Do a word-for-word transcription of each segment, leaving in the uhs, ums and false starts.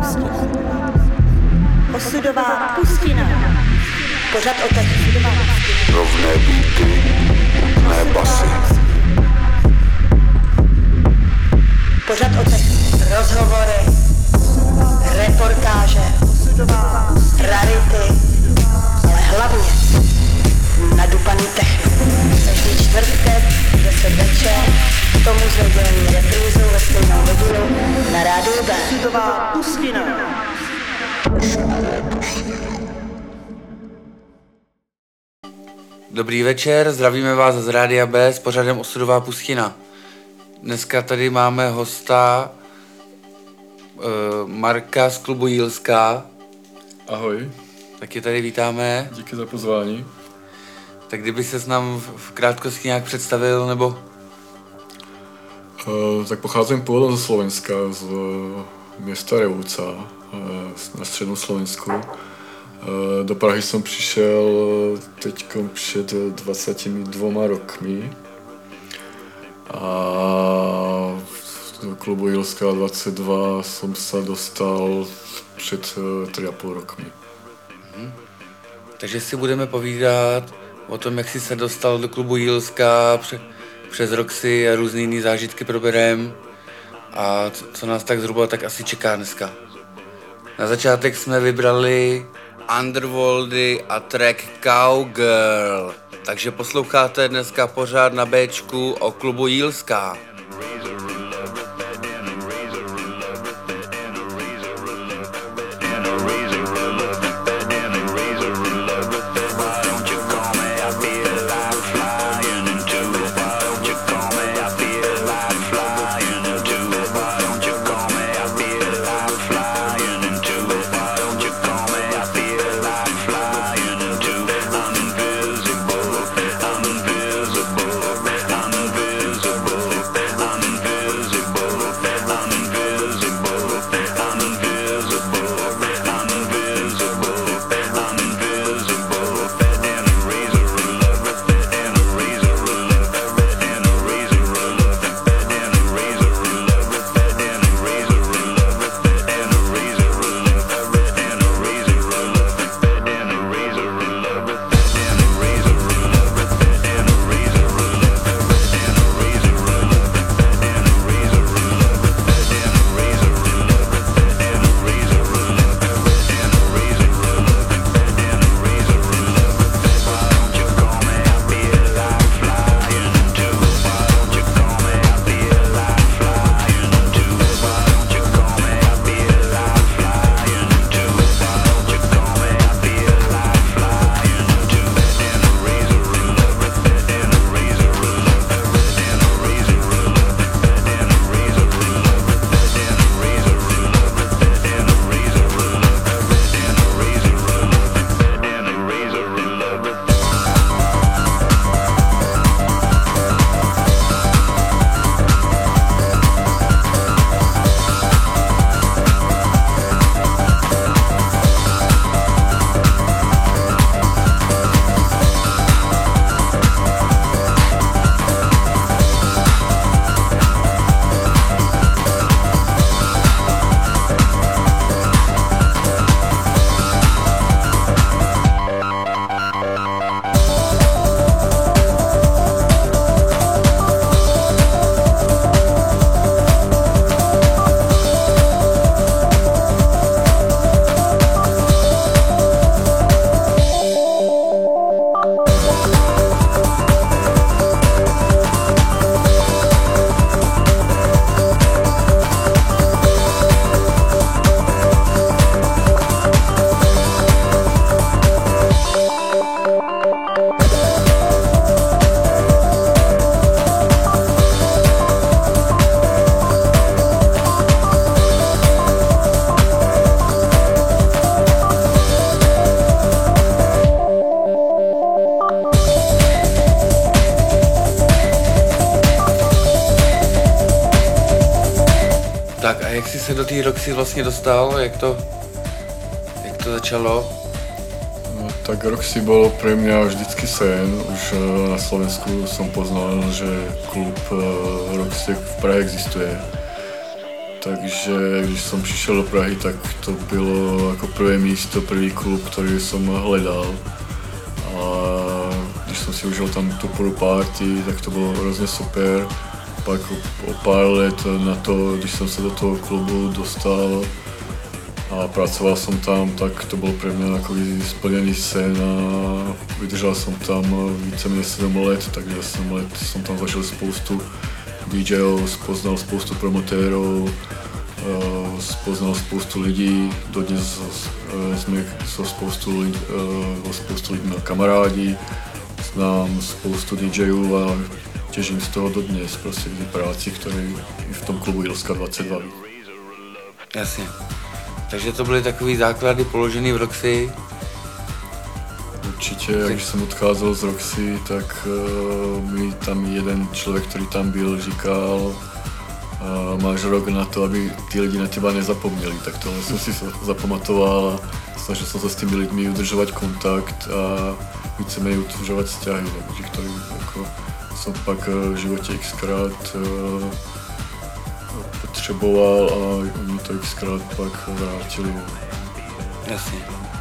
Osudová pustina. Pořad o těch. Rovné beaty, ne basy. Pořad o těch. Rozhovory, reportáže, rarity, ale hlavně nadupaný technik. Každý čtvrtek, deset večer, k tomu s nedělní reprízou ve stejnou hodinu na rádiu B. Osudová pustina. Dobrý večer, zdravíme vás z Rádia B s pořadem Osudová pustina. Dneska tady máme hosta uh, Marka z klubu Jilská. Ahoj. Taky tady vítáme. Díky za pozvání. Tak kdyby ses nám v krátkosti nějak představil, nebo... Uh, tak pocházím původem ze Slovenska, z uh, města Revúca uh, na středním Slovensku. Uh, do Prahy jsem přišel teďkom před dvaceti dvěma rokmi. A do klubu Jilská dvacet dva jsem se dostal před uh, tři a půl rokmi. Hmm. Takže si budeme povídat o tom, jak jsi se dostal do klubu Jilská, pře- přes Roxy a různý jiný zážitky proberem a co, co nás tak zhruba tak asi čeká dneska. Na začátek jsme vybrali Underworldy a track Cowgirl, takže posloucháte dneska pořád na Bčku o klubu Jilská. Jak jsi se do té Roxy vlastně dostal? Jak to, jak to začalo? No, tak Roxy bolo pre mňa vždycky sen. Už na Slovensku som poznal, že klub Roxy v Prahe existuje. takže když som přišel do Prahy, tak to bylo jako prvé místo, první klub, který jsem hledal. A když jsem si užil tam tu první party, tak to bylo hrozně super. Pak o pár let na to, když jsem se do toho klubu dostal a pracoval jsem tam, tak to byl pro mě takový splněný sen a vydržel jsem tam víceméně sedm let, takže sedm let jsem tam zažil spoustu DJů, spoznal spoustu promotérů, spoznal spoustu lidí, dodnes jsme so spoustu, lid, spoustu lidí kamarádi, znám spoustu DJů a těžím z toho dodnes, prostě k práci, který v tom klubu Jilska dvacet dva. Jasně. Takže to byly takový základy položený v Roxy. Určitě, když jsem odcházel z Roxy, tak uh, mi tam jeden člověk, který tam byl, říkal, uh, máš rok na to, aby ty lidi na teba nezapomněli. Tak tohle jsem si zapamatoval a snažil jsem se s těmi lidmi udržovat kontakt a víceméně utvořovat vzťahy, takže který jako, jsem pak v životě xkrát uh, potřeboval a oni to xkrát pak vrátili. Jasně.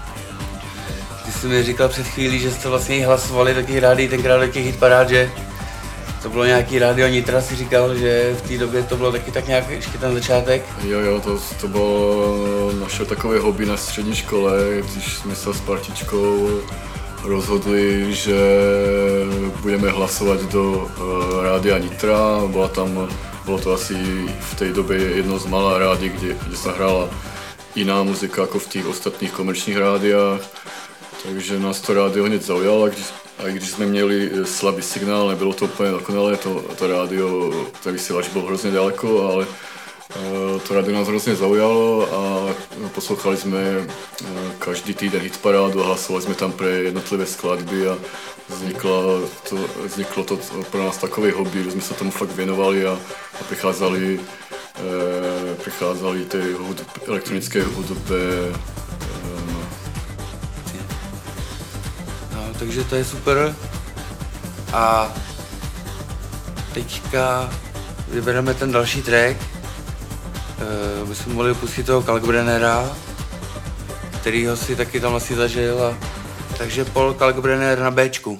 Ty jsi mi říkal před chvílí, že jste vlastně hlasovali do těch rádií, tenkrát do těch hitparád, že to bylo nějaký rádio Nitra, si říkal, že v té době to bylo taky tak nějak ještě ten začátek? Jo, jo, to, to bylo naše takové hobby na střední škole, když jsme se s partičkou rozhodli, že budeme hlasovat do uh, rádia Nitra. Byla tam, bylo to asi v té době jedno z malá rádií, kde, kde se hrála jiná muzika jako v těch ostatních komerčních rádiách. Takže nás to rádio hned zaujalo, a když, a když jsme měli slabý signál, nebylo to úplně dokonalé, to, to rádio, ten vysílač byl hrozně daleko, ale uh, to rádio nás hrozně zaujalo a poslouchali jsme uh, každý týden hitparádu a hlasovali jsme tam pro jednotlivé skladby a vzniklo to, vzniklo to pro nás takové hobby, že jsme se tomu fakt věnovali a, a přicházeli, uh, přicházeli ty hudb, elektronické hudby. Takže to je super. A teďka vybereme ten další track. My jsme mohli pustit toho Kalkbrennera, kterýho si taky tam vlastně zažil. A... Takže Paul Kalkbrenner na Bčku.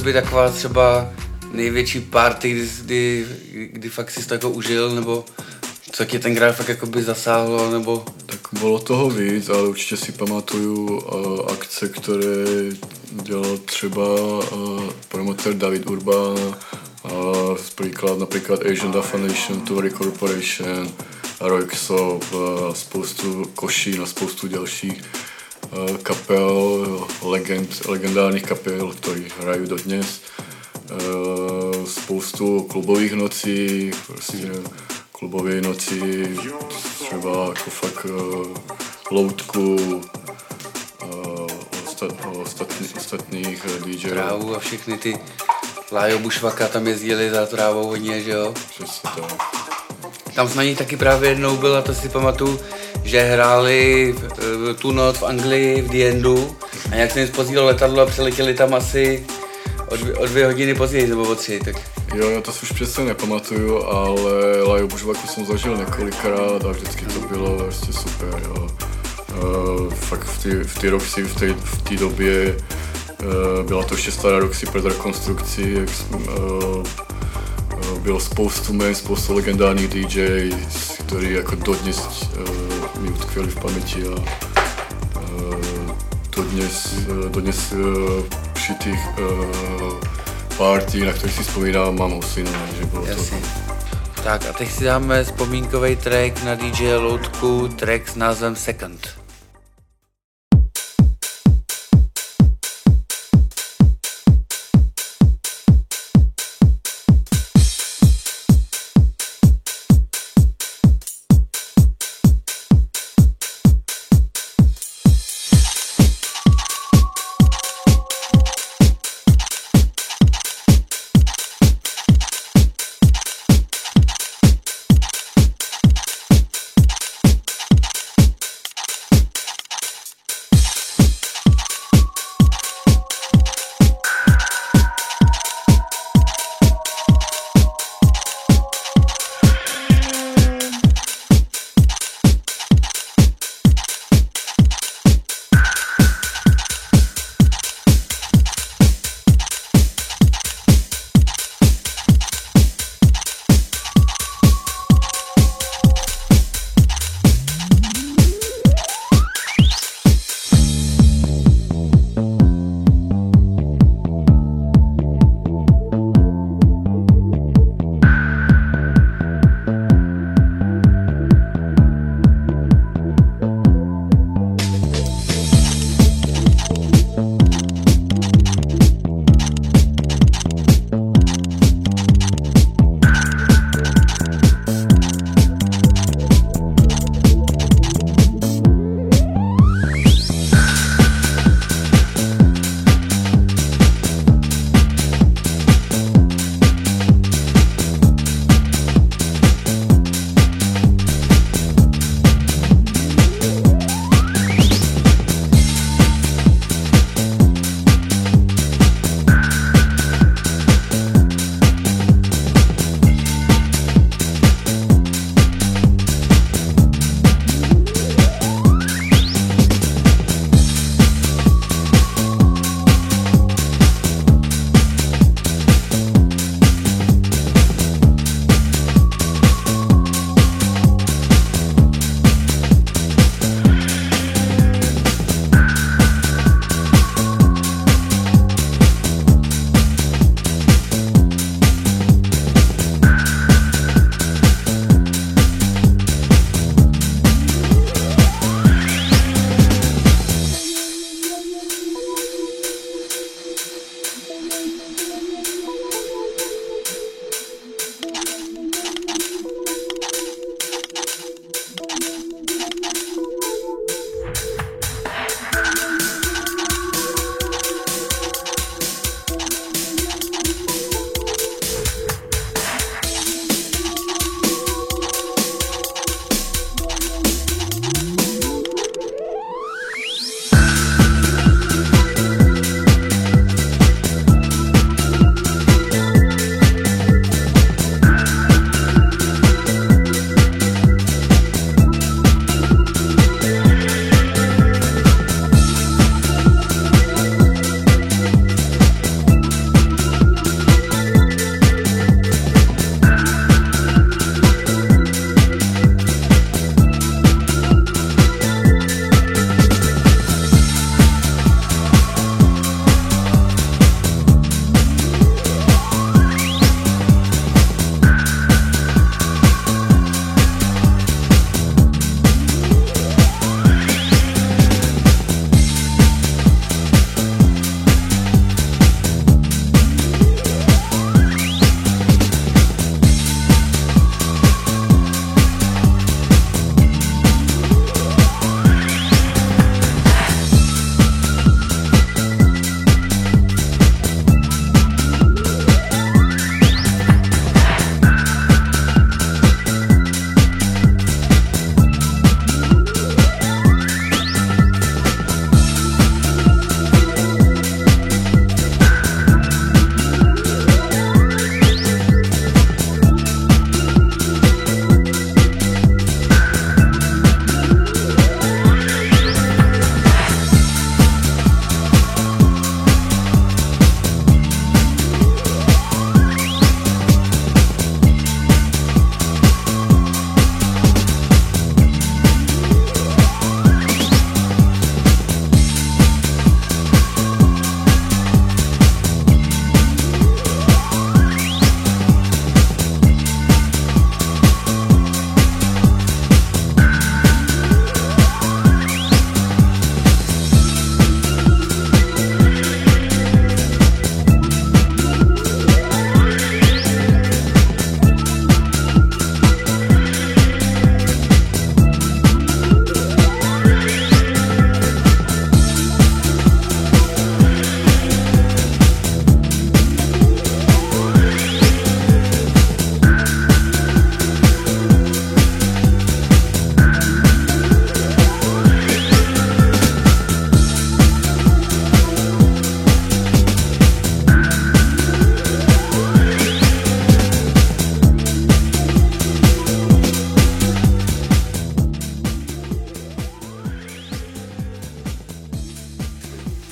tobě taková třeba největší party, kdy, kdy, kdy fakt si to jako užil, nebo co tě tenkrát fakt jakoby zasáhlo, nebo... Tak bylo toho víc, ale určitě si pamatuju uh, akce, které dělal třeba uh, promotor David Urban, uh, příklad, například Asian Da Foundation, Tory Corporation, Roixop, uh, spoustu Košín a spoustu dalších uh, kapel, legend, legendárních kapel, který hrají dodnes. Uh, spoustu klubových nocí, prostě klubové noci, třeba jako fakt uh, loutku, uh, ostat, ostatní, ostatních uh, dý džejů. Trávu a všechny ty Lájo Bušvaka tam jezdili za trávou hodně, že jo? Přesně tak. Tam jsme ní taky právě jednou byl, a to si pamatuju, že hráli uh, tu noc v Anglii, v The Endu, a jak se jim spozdilo letadlo a přeletěli tam asi o dvě, o dvě hodiny později, nebo o tři, tak... Jo, já to si už přesně nepamatuju, ale Lájo Bušvaku jsem zažil několikrát a vždycky to bylo vlastně super, jo. Uh, fakt v té v Roxy, v té v době uh, byla to ještě stará Roxy před rekonstrukcí, jak jsme, uh, uh, bylo spoustu men, spoustu legendárních dý džejů, který jako dodnes uh, mi utkvěli v paměti a uh, dodnes, uh, dodnes uh, při těch uh, party, na kterých si vzpomínám, mám husinu, že bylo Jasně. to. Tak a teď si dáme vzpomínkový track na dý džeje Loutku, track s názvem Second.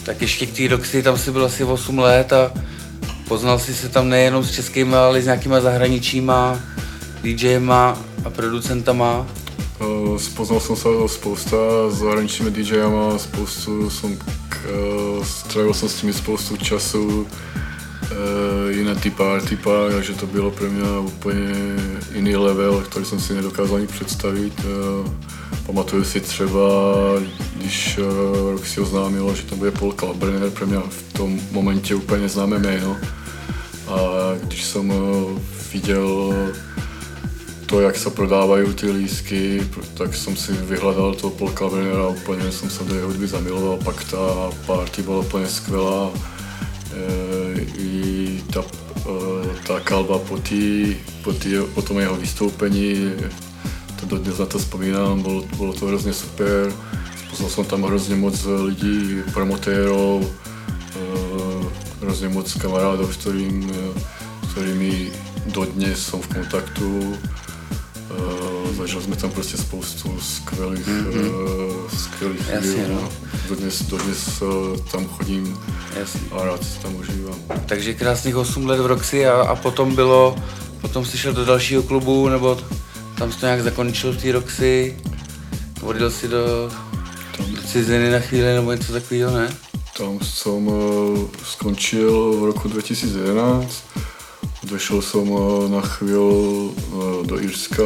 tak ještě k té Roxy, tam si byl asi osm let a poznal si se tam nejenom s českými, ale i s nějakýma zahraničíma, DJema a producentama. Uh, spoznal jsem se spousta s zahraničními DJama, spoustu jsem, uh, strávil jsem s nimi spoustu času, uh, jiné ty party park, takže to bylo pro mě úplně jiný level, který jsem si nedokázal ani představit. Uh, pamatuju si třeba, když uh, Roxy oznámilo, že tam bude Paul Kalkbrenner, pro mě v tom momentě úplně neznámé jméno. A když jsem uh, viděl to, jak se prodávají ty lístky, tak jsem si vyhledal toho Paul Kalkbrennera a úplně jsem se do jeho hudby zamiloval. Pak ta party byla úplně skvělá. E, I ta, e, ta kalba po, tý, po, tý, po tom jeho vystoupení, to dodnes na to vzpomínám, bylo, bylo to hrozně super. Poznal jsem tam hrozně moc lidí, promotérov, e, hrozně moc kamarádů, s kterým, kterými dodnes jsem v kontaktu. Uh, zažili jsme tam prostě spoustu skvělých, mm-hmm. uh, skvělých chvíl. No. Dodnes, dodnes uh, tam chodím. Jasně. A rád se tam užívám. Takže krásných osm let v Roxy a, a potom bylo, potom jsi šel do dalšího klubu, nebo tam jsi to nějak zakončil v té Roxy? Odjel jsi do, do ciziny na chvíli nebo něco takového, ne? Tam jsem uh, skončil v roku dva tisíce jedenáct. Došel jsem na chvíli do Irska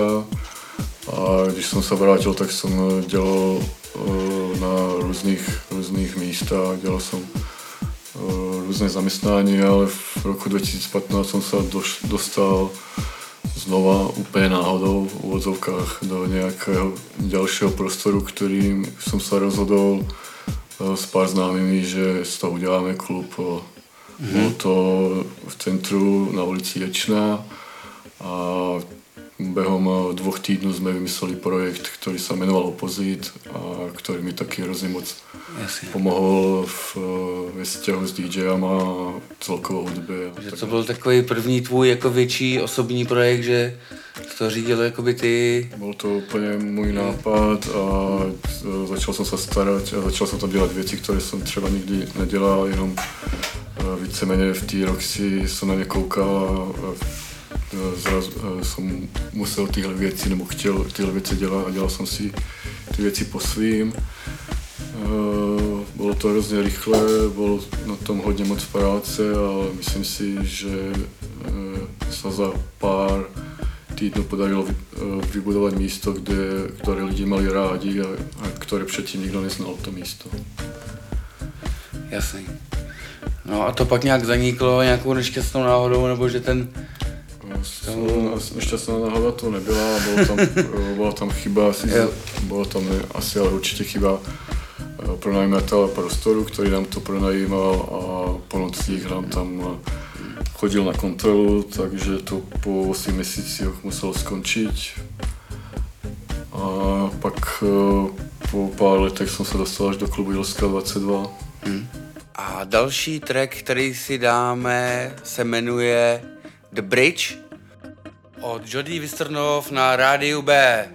a když jsem se vrátil, tak jsem dělal na různých, různých místech, dělal jsem různé zaměstnání, ale v roku dva tisíce patnáct jsem se dostal znova úplně náhodou v uvozovkách do nějakého dalšího prostoru, kterým jsem se rozhodl s pár známými, že z toho uděláme klub. Mm-hmm. Bylo to v centru na ulici Ječná a během dvou týdnů jsme vymysleli projekt, který se jmenoval Opozit a který mi taky hrozně moc Jasně. pomohl v, ve vzťahu s DJama a celkovou hudbě. Že to byl takový první tvůj jako větší osobní projekt, že to řídil jakoby ty? Byl to úplně můj nápad a začal jsem se starat a začal jsem tam dělat věci, které jsem třeba nikdy nedělal, jenom víceméně v té Roxy jsem na ně koukal a zraz jsem musel tyhle věci nebo chtěl tyhle věci dělat a dělal jsem si ty věci po svým. Bylo to hrozně rychle, bylo na tom hodně moc práce, ale myslím si, že se za pár týdnů podarilo vybudovat místo, kde, které lidi měli rádi a, a které předtím nikdo neznal to místo. Jasný. No a to pak nějak zaniklo nějakou nešťastnou náhodou, nebo že ten... No, nešťastná náhoda to nebyla, bylo tam, byla tam chyba, asi, bylo tam ne, asi ale určitě chyba pronajímatele prostoru, který nám to pronajímal a po nocích nám tam chodil na kontrolu, takže to po osmi měsících muselo skončit. A pak po pár letech jsem se dostal až do klubu Jilska dvacet dva. Hmm. A další track, který si dáme, se jmenuje The Bridge od Jody Wisternov na Rádiu B.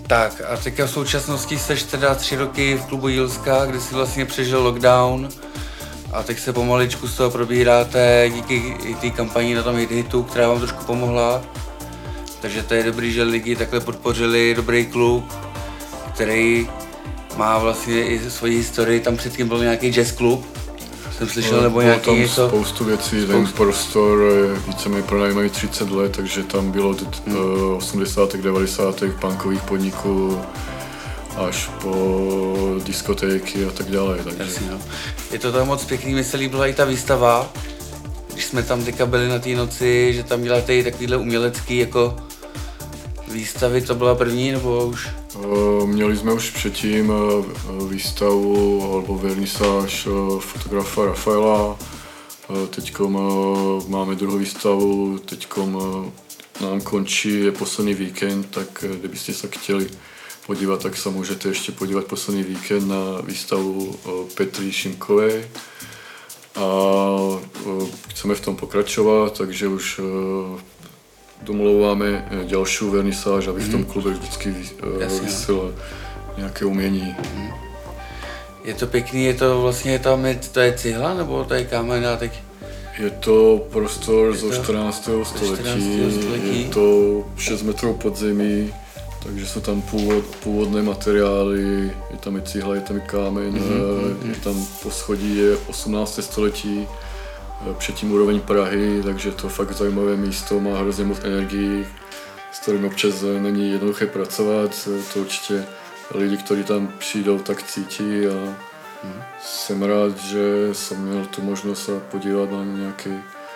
Tak a teďka v současnosti seš teda tři roky v klubu Jilska, kde si vlastně přežil lockdown a teď se pomaličku z toho probíráte díky té kampani na tom Hit-Hitu, která vám trošku pomohla. Takže to je dobrý, že lidi takhle podpořili dobrý klub, který má vlastně i svoji historii. Tam předtím byl nějaký jazz klub, jsem slyšel, nebo nějaký tam něco. Spoustu věcí, ten prostor je víceméně pronajímají třicet let, takže tam bylo od hmm. osmdesátých devadesátých punkových podniků až po diskotéky a tak dále. Takže. Jasně, no. Je to tam moc pěkný, mi se líbila i ta výstava, když jsme tam teďka byli na té noci, že tam děláte i takovýhle umělecký jako výstavy, to byla první nebo už? Měli jsme už předtím výstavu alebo vernisáž fotografa Rafaela. Teďkom máme druhou výstavu, teďkom nám končí, je poslední víkend, tak kdybyste se chtěli podívat, tak se můžete ještě podívat poslední víkend na výstavu Petry Šimkové. A chceme v tom pokračovat, takže už domlouváme další vernisáž, aby v tom klube vždycky vysílal nějaké umění. Je to pěkný, je to vlastně tam, je, to je cihla nebo to je kámen a teď? Je to prostor zo čtrnáctého století, je to šest metrů pod zemí, takže jsou tam původ, původné materiály, je tam i cihla, je tam i kámen, mm-hmm. je tam poschodí, je osmnácté století, předtím úroveň Prahy, takže to fakt zajímavé místo, má hrozně moc energii, s kterým občas není jednoduché pracovat, to určitě lidi, kteří tam přijdou, tak cítí a mm. jsem rád, že jsem měl tu možnost se podívat na nějaký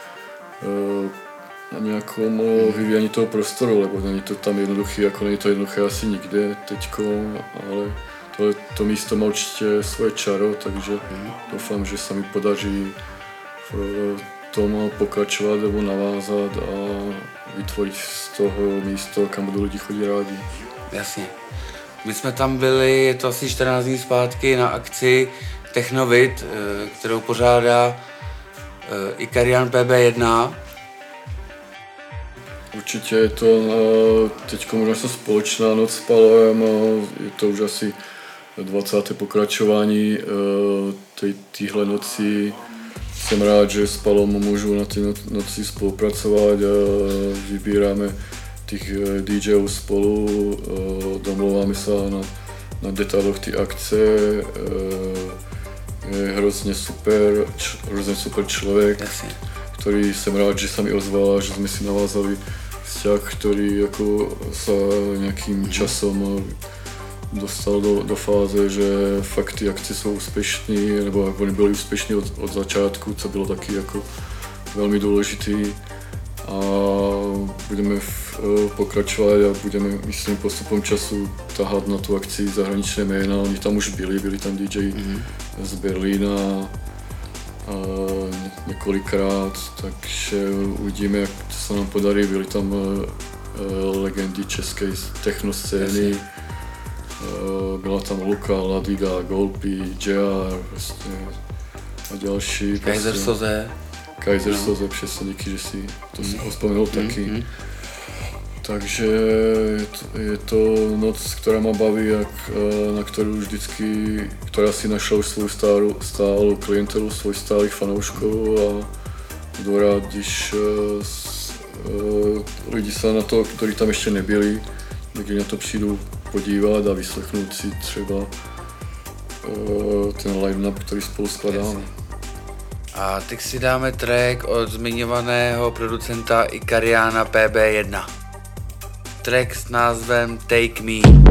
na nějakom mm. vyvíjení toho prostoru, lebo není to tam jednoduché, jako není to jednoduché asi nikde teďko, ale to, to místo má určitě svoje čaro, takže mm. doufám, že se mi podaří v tom pokračovat nebo navázat a vytvořit z toho místo, kam budou lidi chodit rádi. Jasně. My jsme tam byli, je to asi čtrnáct dní zpátky, na akci Technovit, kterou pořádá Ikarian P B jedna. Určitě je to teď možná společná noc s Palem, je to už asi dvacáté pokračování téhle noci. Jsem rád, že s Palom můžu na té noci spolupracovat a vybíráme těch DJů spolu, domlouváme se na, na detailoch té akce. Je hrozně super, hrozně super člověk, který jsem rád, že se mi ozval a že jsme si navázali vzťah, který jako se nějakým časom dostal do, do fáze, že fakt ty akce jsou úspěšné, nebo oni byli úspěšní od, od začátku, co bylo taky jako velmi důležitý. A budeme v, pokračovat a budeme, myslím, postupem času tahat na tu akci zahraničné jména. Oni tam už byli, byli tam D J mm-hmm. z Berlína a několikrát, takže uvidíme, jak to se nám podarí. Byli tam legendy české technoscény. Byla tam Luka, Ladiga, Golpi, J R vlastně, a další. Kaiser prostě. Soze. Kaiser no. Soze, přesně, díky, že si to mm. vzpomněl mm. taky. Mm. Takže je to, je to noc, která mě baví, jak, na kterou vždycky, která si našla už svou stálou, stálou klientelu, svou stálých fanoušků a budu rád, když uh, lidi se na to, kteří tam ještě nebyli, když na to přijdu podívat a vyslechnout si třeba uh, ten line-up, který spolu skládáme. A teď si dáme track od zmiňovaného producenta Ikariana P B jedna. Track s názvem Take Me.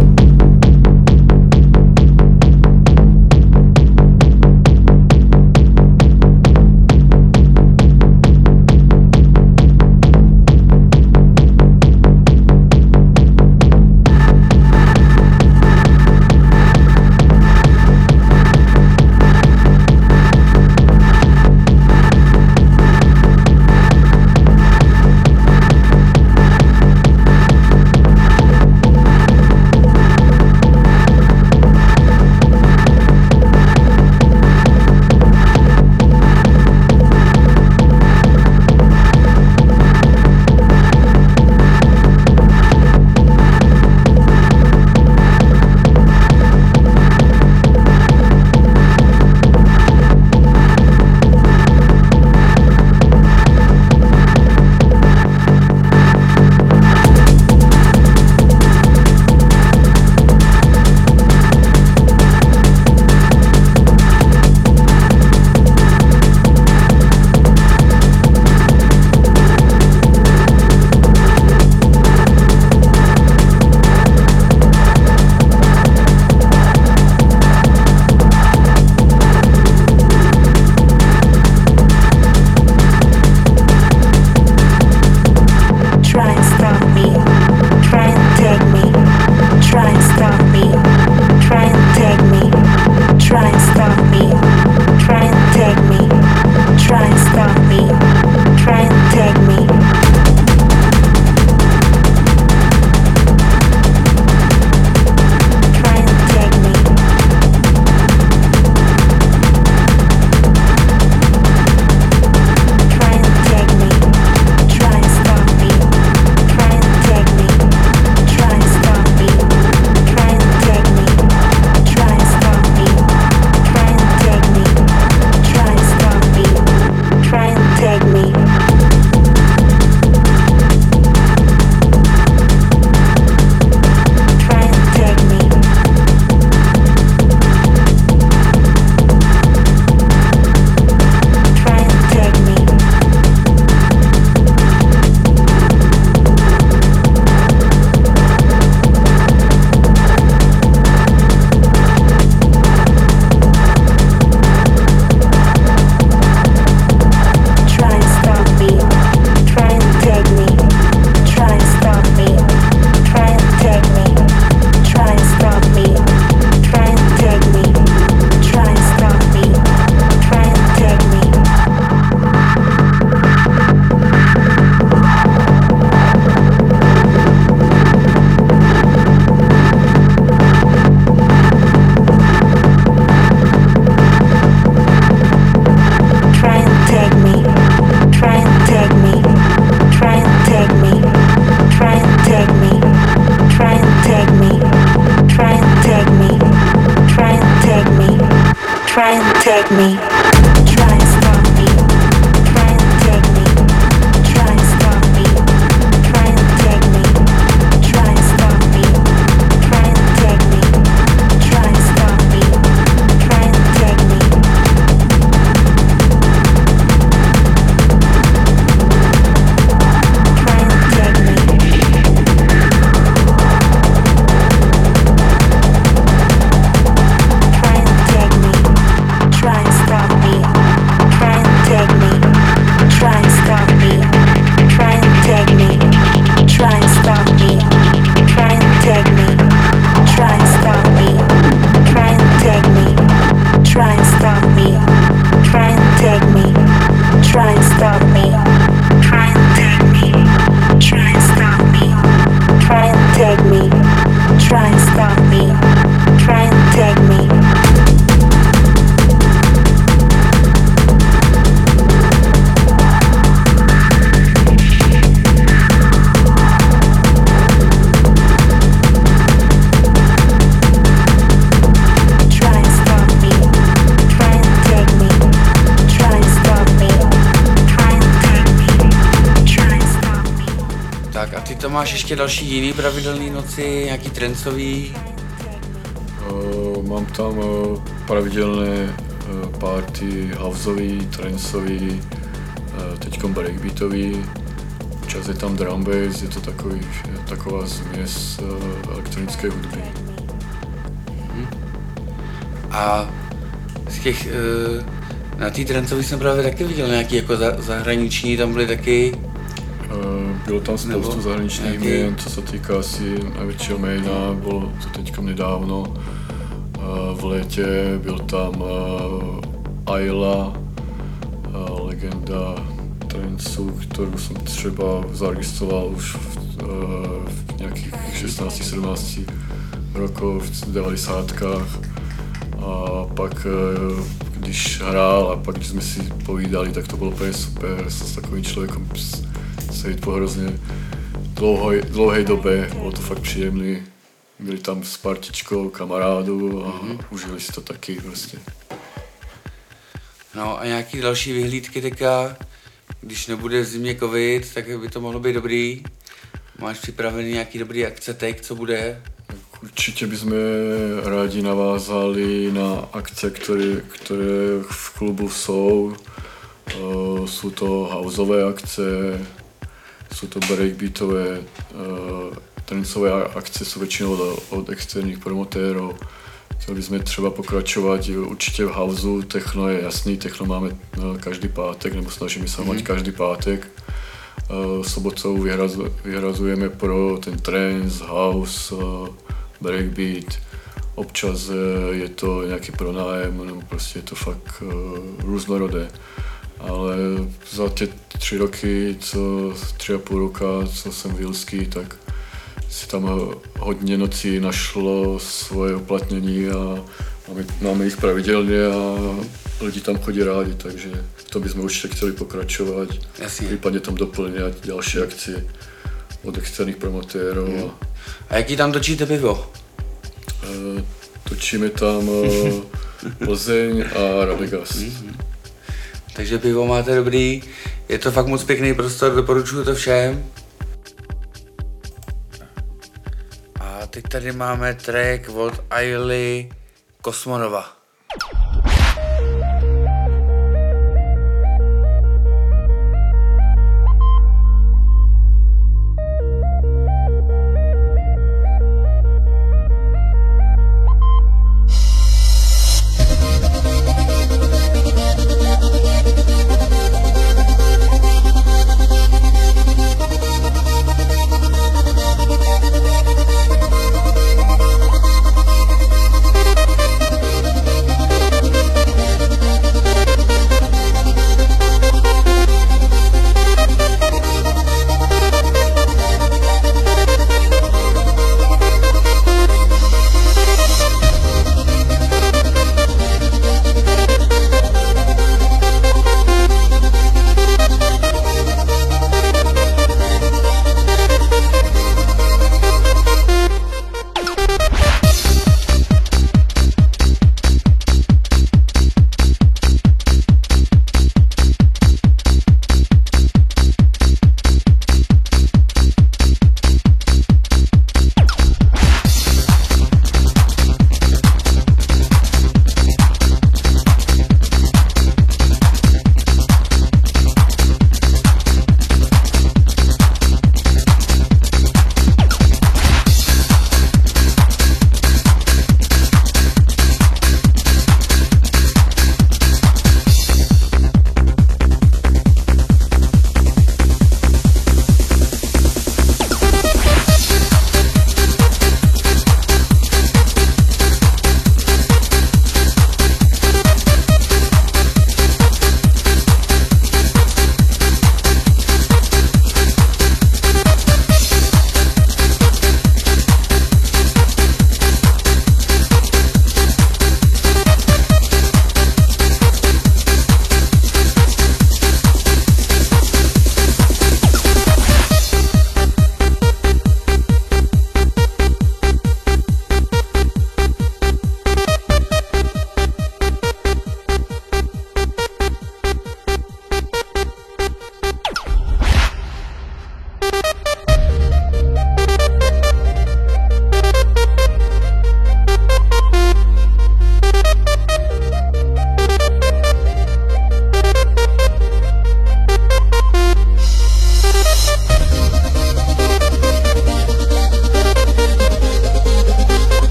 máš ještě další jiný pravidelné noci, nějaký trencový? Uh, mám tam uh, pravidelné uh, party houseový, trenceový, uh, teďkom breakbeatový. Čas je tam drum bass, je to takový, taková změs uh, elektronické hudby. A z těch, uh, na té trencový jsem právě taky viděl nějaký jako za, zahraniční, tam byly taky. Uh, bylo tam spoustu Nebo zahraničních nějaký... jmén, co se týká asi největšího jména, bylo to teďkom nedávno. Uh, v létě byl tam uh, Ayla, uh, legenda trencu, kterou jsem třeba zaregistroval už v, uh, v nějakých šestnáct sedmnáct rokov v devadesátkách. A pak, když hrál a pak, když jsme si povídali, tak to bylo úplně super. Jsem s takovým člověkem sejít po hrozně dlouhé, dlouhé době, bylo to fakt příjemný. Byli tam s partičkou kamarádů a mm-hmm. užili si to taky prostě. No a nějaký další vyhlídky teďka, když nebude v zimě covid, tak by to mohlo být dobrý. Máš připravený nějaký dobrý akce teď, co bude? Určitě bychom rádi navázali na akce, které, které v klubu jsou. Uh, jsou to houseové akce, jsou to breakbeatové, uh, trencové akce jsou většinou od, od externích promotérů. Chtěli bychom třeba pokračovat určitě v houseu, techno je jasný, techno máme no, každý pátek, nebo snažíme se mít mm-hmm. každý pátek. Uh, sobotou vyhrazu, vyhrazujeme pro ten trance, house, uh, breakbeat, občas je to nějaký pronájem, nebo prostě je to fakt uh, různorodé. Ale za ty tři roky, co, tři a půl roka, co jsem v Jilský, tak si tam hodně nocí našlo svoje uplatnění a máme, máme jich pravidelně a lidi tam chodí rádi, takže to bychom určitě chtěli pokračovat. Jasně. Případně tam doplňat další akci od externích promotérů. Hmm. A jaký tam točíte pivo? Uh, točíme tam uh, Plzeň a Radegast. Mm-hmm. Takže pivo máte dobrý, je to fakt moc pěkný prostor, doporučuji to všem. A teď tady máme track od Ayly Kosmonova.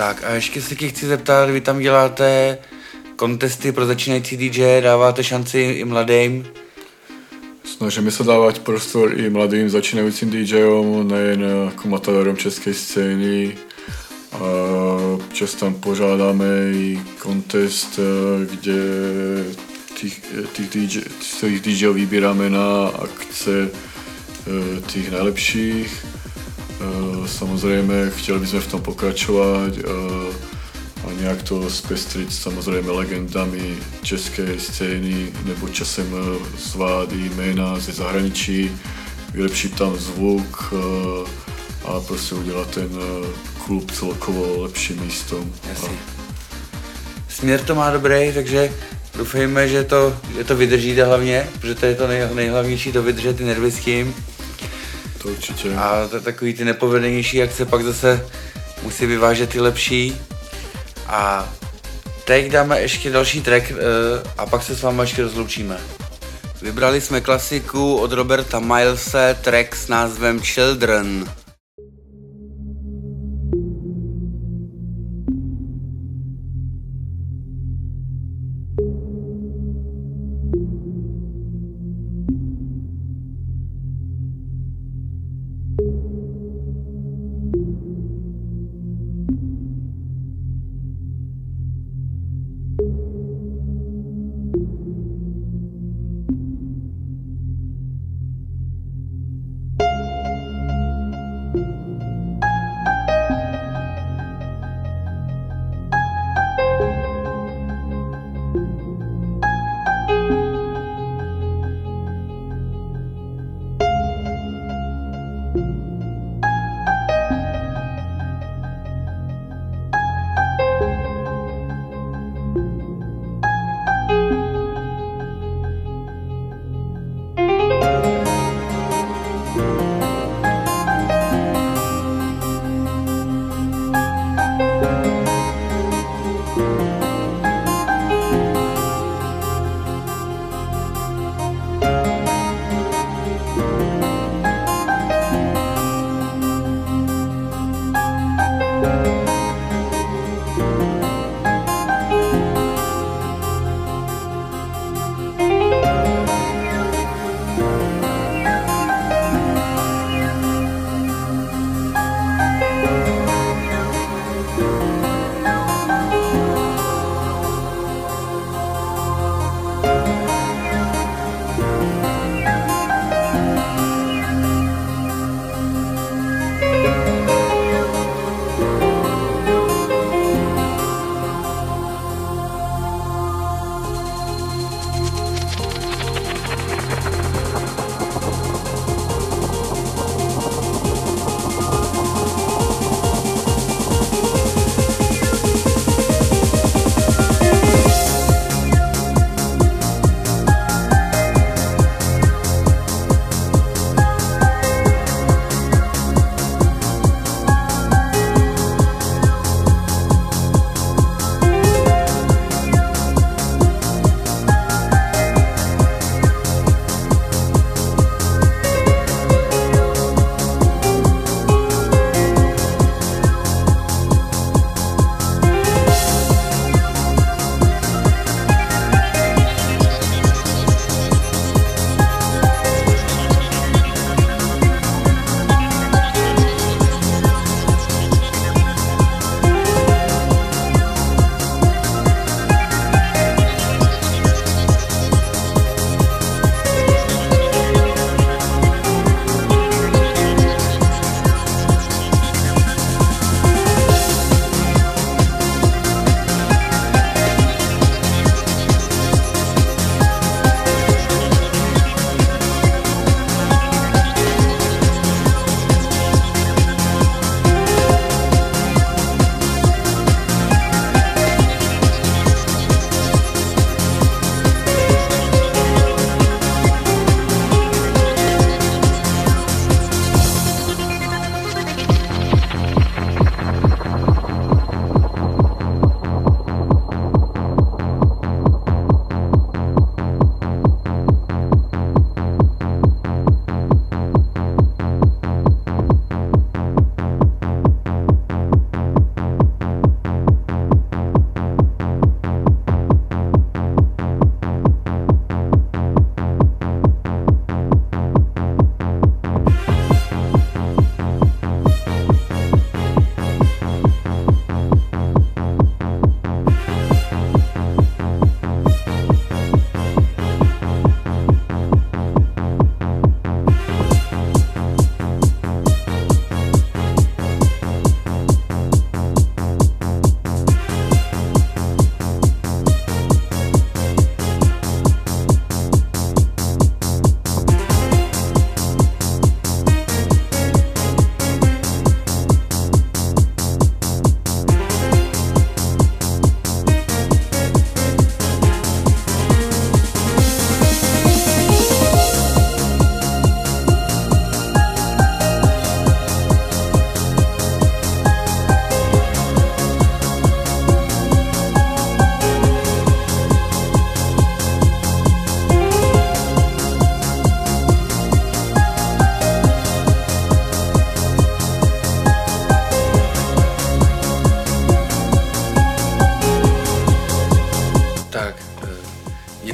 Tak a ještě se tě chci zeptat, vy tam děláte kontesty pro začínající dý džej, dáváte šanci i mladým? Snažíme se dávat prostor i mladým začínajícím DJům, nejen amatérům české scény. A občas tam pořádáme i kontest, kde těch, těch, DJ, těch DJů vybíráme na akce těch nejlepších. Samozřejmě chtěli bychom v tom pokračovat a nějak to zpestřit samozřejmě legendami české scény nebo časem zvát i jména ze zahraničí, vylepšit tam zvuk a prostě udělat ten klub celkovo lepším místem. Směr to má dobrý, takže doufejme, že to, že to vydržíte hlavně, protože to je to nej, nejhlavnější, to vydržet ty nervy s tím. To určitě. A to, takový ty nepovedenější akce pak zase musí vyvážet ty lepší. A teď dáme ještě další track a pak se s vámi ještě rozloučíme. Vybrali jsme klasiku od Roberta Milese, track s názvem Children.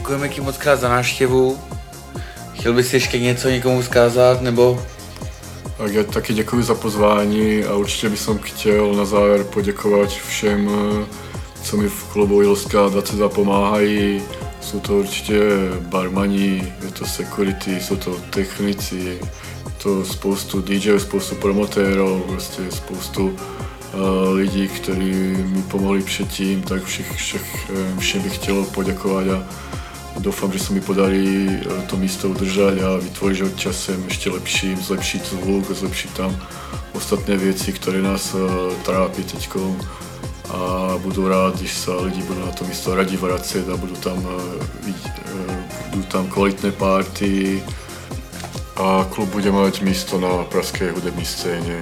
děkujeme ti moc krát za návštěvu. Chtěl bys ještě něco někomu vzkázat, nebo? Tak já taky děkuji za pozvání a určitě bych chtěl na závěr poděkovat všem, co mi v klubu Jilská dvacet dva pomáhají. Jsou to určitě barmani, je to security, jsou to technici, je to spoustu dý džejů, spoustu promotérů, prostě spoustu uh, lidí, kteří mi pomohli předtím, tak všech, všech, všem bych chtěl poděkovat a doufám, že se mi podarí to místo udržet a vytvořit ho časem ještě lepším, zlepšit zvuk, zlepšit tam ostatné věci, které nás trápí teďko. A budu rád, když se lidi budou na to místo rádi vracet a budou tam, budou tam kvalitné party a klub bude mít místo na pražské hudební scéně.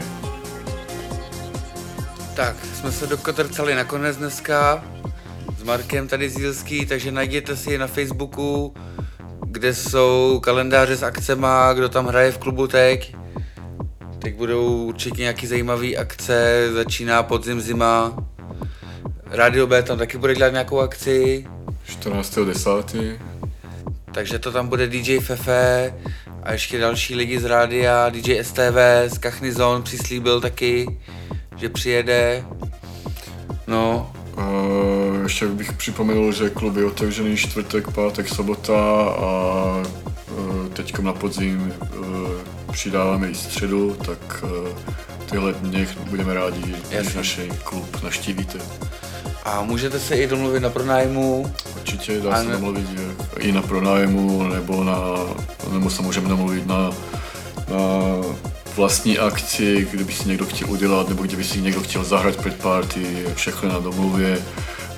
Tak, jsme se dokotrcali nakonec dneska s Markem tady z Jilský, takže najděte si je na Facebooku, kde jsou kalendáře s akcema, kdo tam hraje v klubu teď. Teď budou určitě nějaký zajímavý akce, začíná podzim, zima. Radio B tam taky bude dělat nějakou akci. čtrnáctého desátého Takže to tam bude dý džej Fefe a ještě další lidi z rádia, dý džej es té vé, z Kachny Zone přislíbil taky, že přijede. No. Uh, ještě bych připomenul, že klub je otevřený čtvrtek, pátek, sobota a uh, teďkom na podzim uh, přidáváme i středu, tak uh, tyhle dněch budeme rádi, když náš klub navštívíte. A můžete se i domluvit na pronájmu? Určitě dá se ne... domluvit i na pronájmu, nebo, na, nebo se můžeme domluvit na, na vlastní akci, kdyby si někdo chtěl udělat, nebo kdyby si někdo chtěl zahrát před party, všechno na domluvě. E,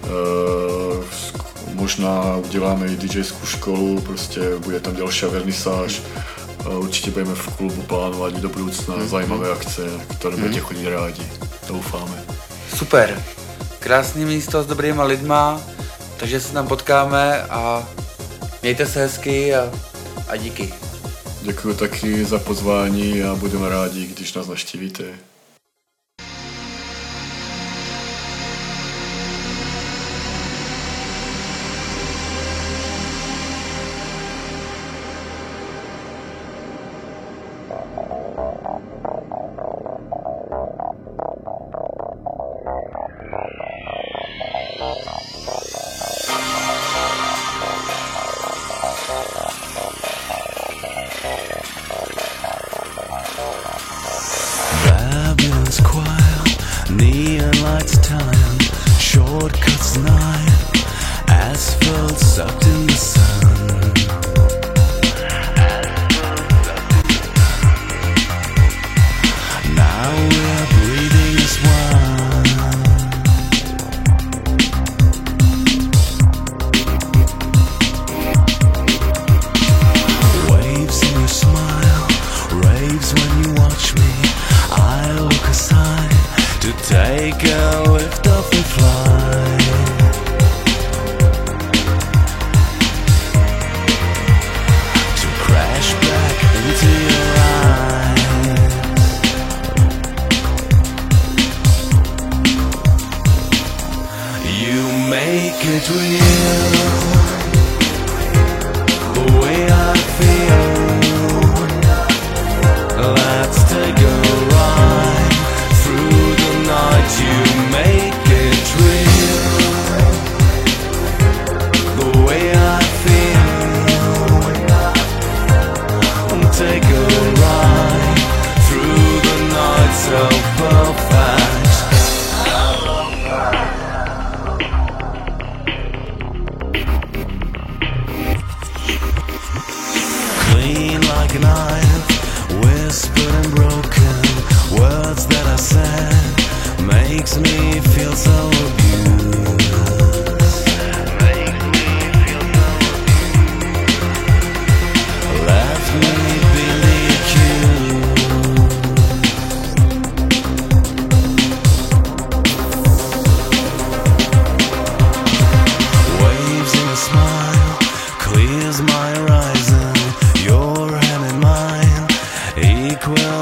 možná uděláme i DJskou školu, prostě bude tam další vernisáž. E, určitě budeme v klubu plánovat i do budoucna mm. zajímavé akce, které mm. budete chodit rádi. Doufáme. Super. Krásné místo s dobrýma lidma, takže se tam potkáme a mějte se hezky a, a díky. Děkuji taky za pozvání a budeme rádi, když nás navštívíte.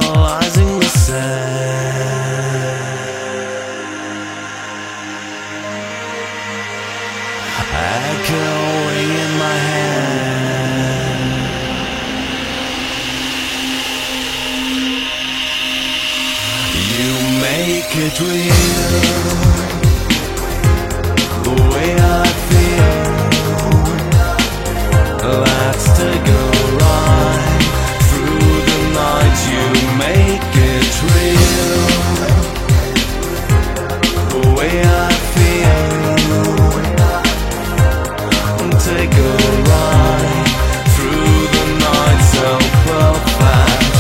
Equalizing the sand. make it real. The way I feel. Let's take a ride through the night. You make it real. The way I feel. Take a ride through the night so perfect.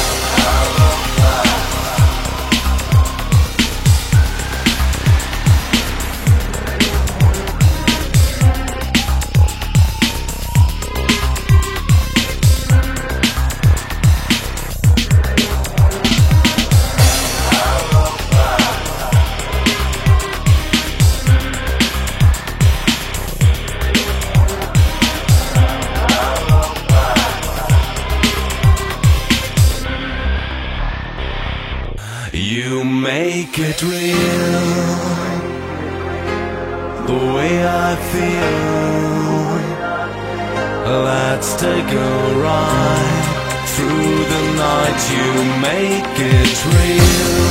You make it real. The way I feel. Let's take a ride through the night. You make it real.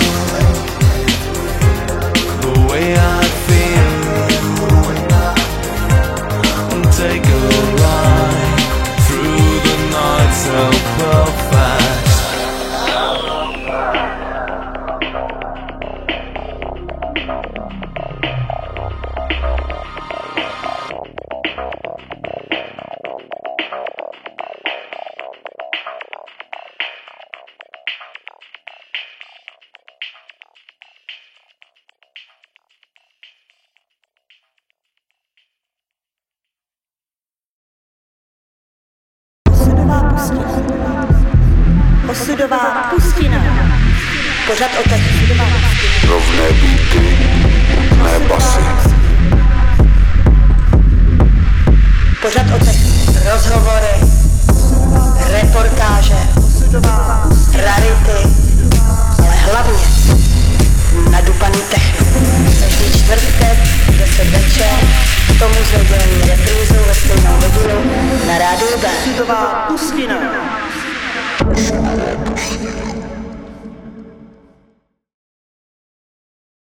The way I feel. Take a ride through the night so perfect. Osudová pustina. Pořad o té osudová pustina. Rovné beaty, ne basy. Pořad o těch rozhovory, reportáže, rarity, ale hlavně nadupaný techno. Každý čtvrtek, deset večer, k tomu s nedělní reprízou ve stejnou hodinu na rádiu B. Osudová pustina.